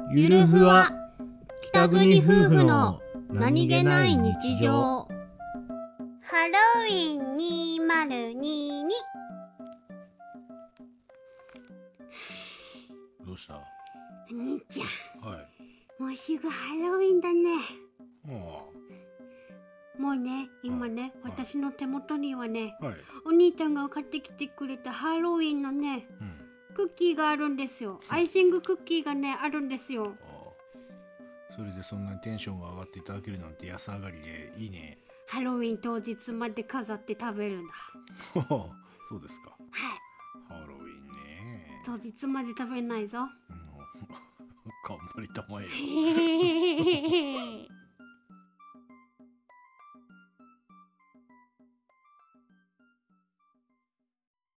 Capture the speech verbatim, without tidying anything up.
ゆるふわ北国夫婦の何気ない日常。 ハロウィンにせんにじゅうに。 どうした？ お兄ちゃん、 はい。 もうすぐハロウィンだね。 あもうね、今ね、 はい私の手元にはね、 あ、はい。 お兄ちゃんが買ってきてくれたハロウィンのね、 うん。 クッキーがあるんですよ。アイシングクッキーがね、あるんですよ。 ああ、それでそんなにテンションが上がっていただけるなんて安上がりでいいね。 ハロウィン当日まで飾って食べるんだ。 そうですか。 はい。 ハロウィンね。 当日まで食べないぞ。 うん、頑張りたまえよ。 へへへへへへ。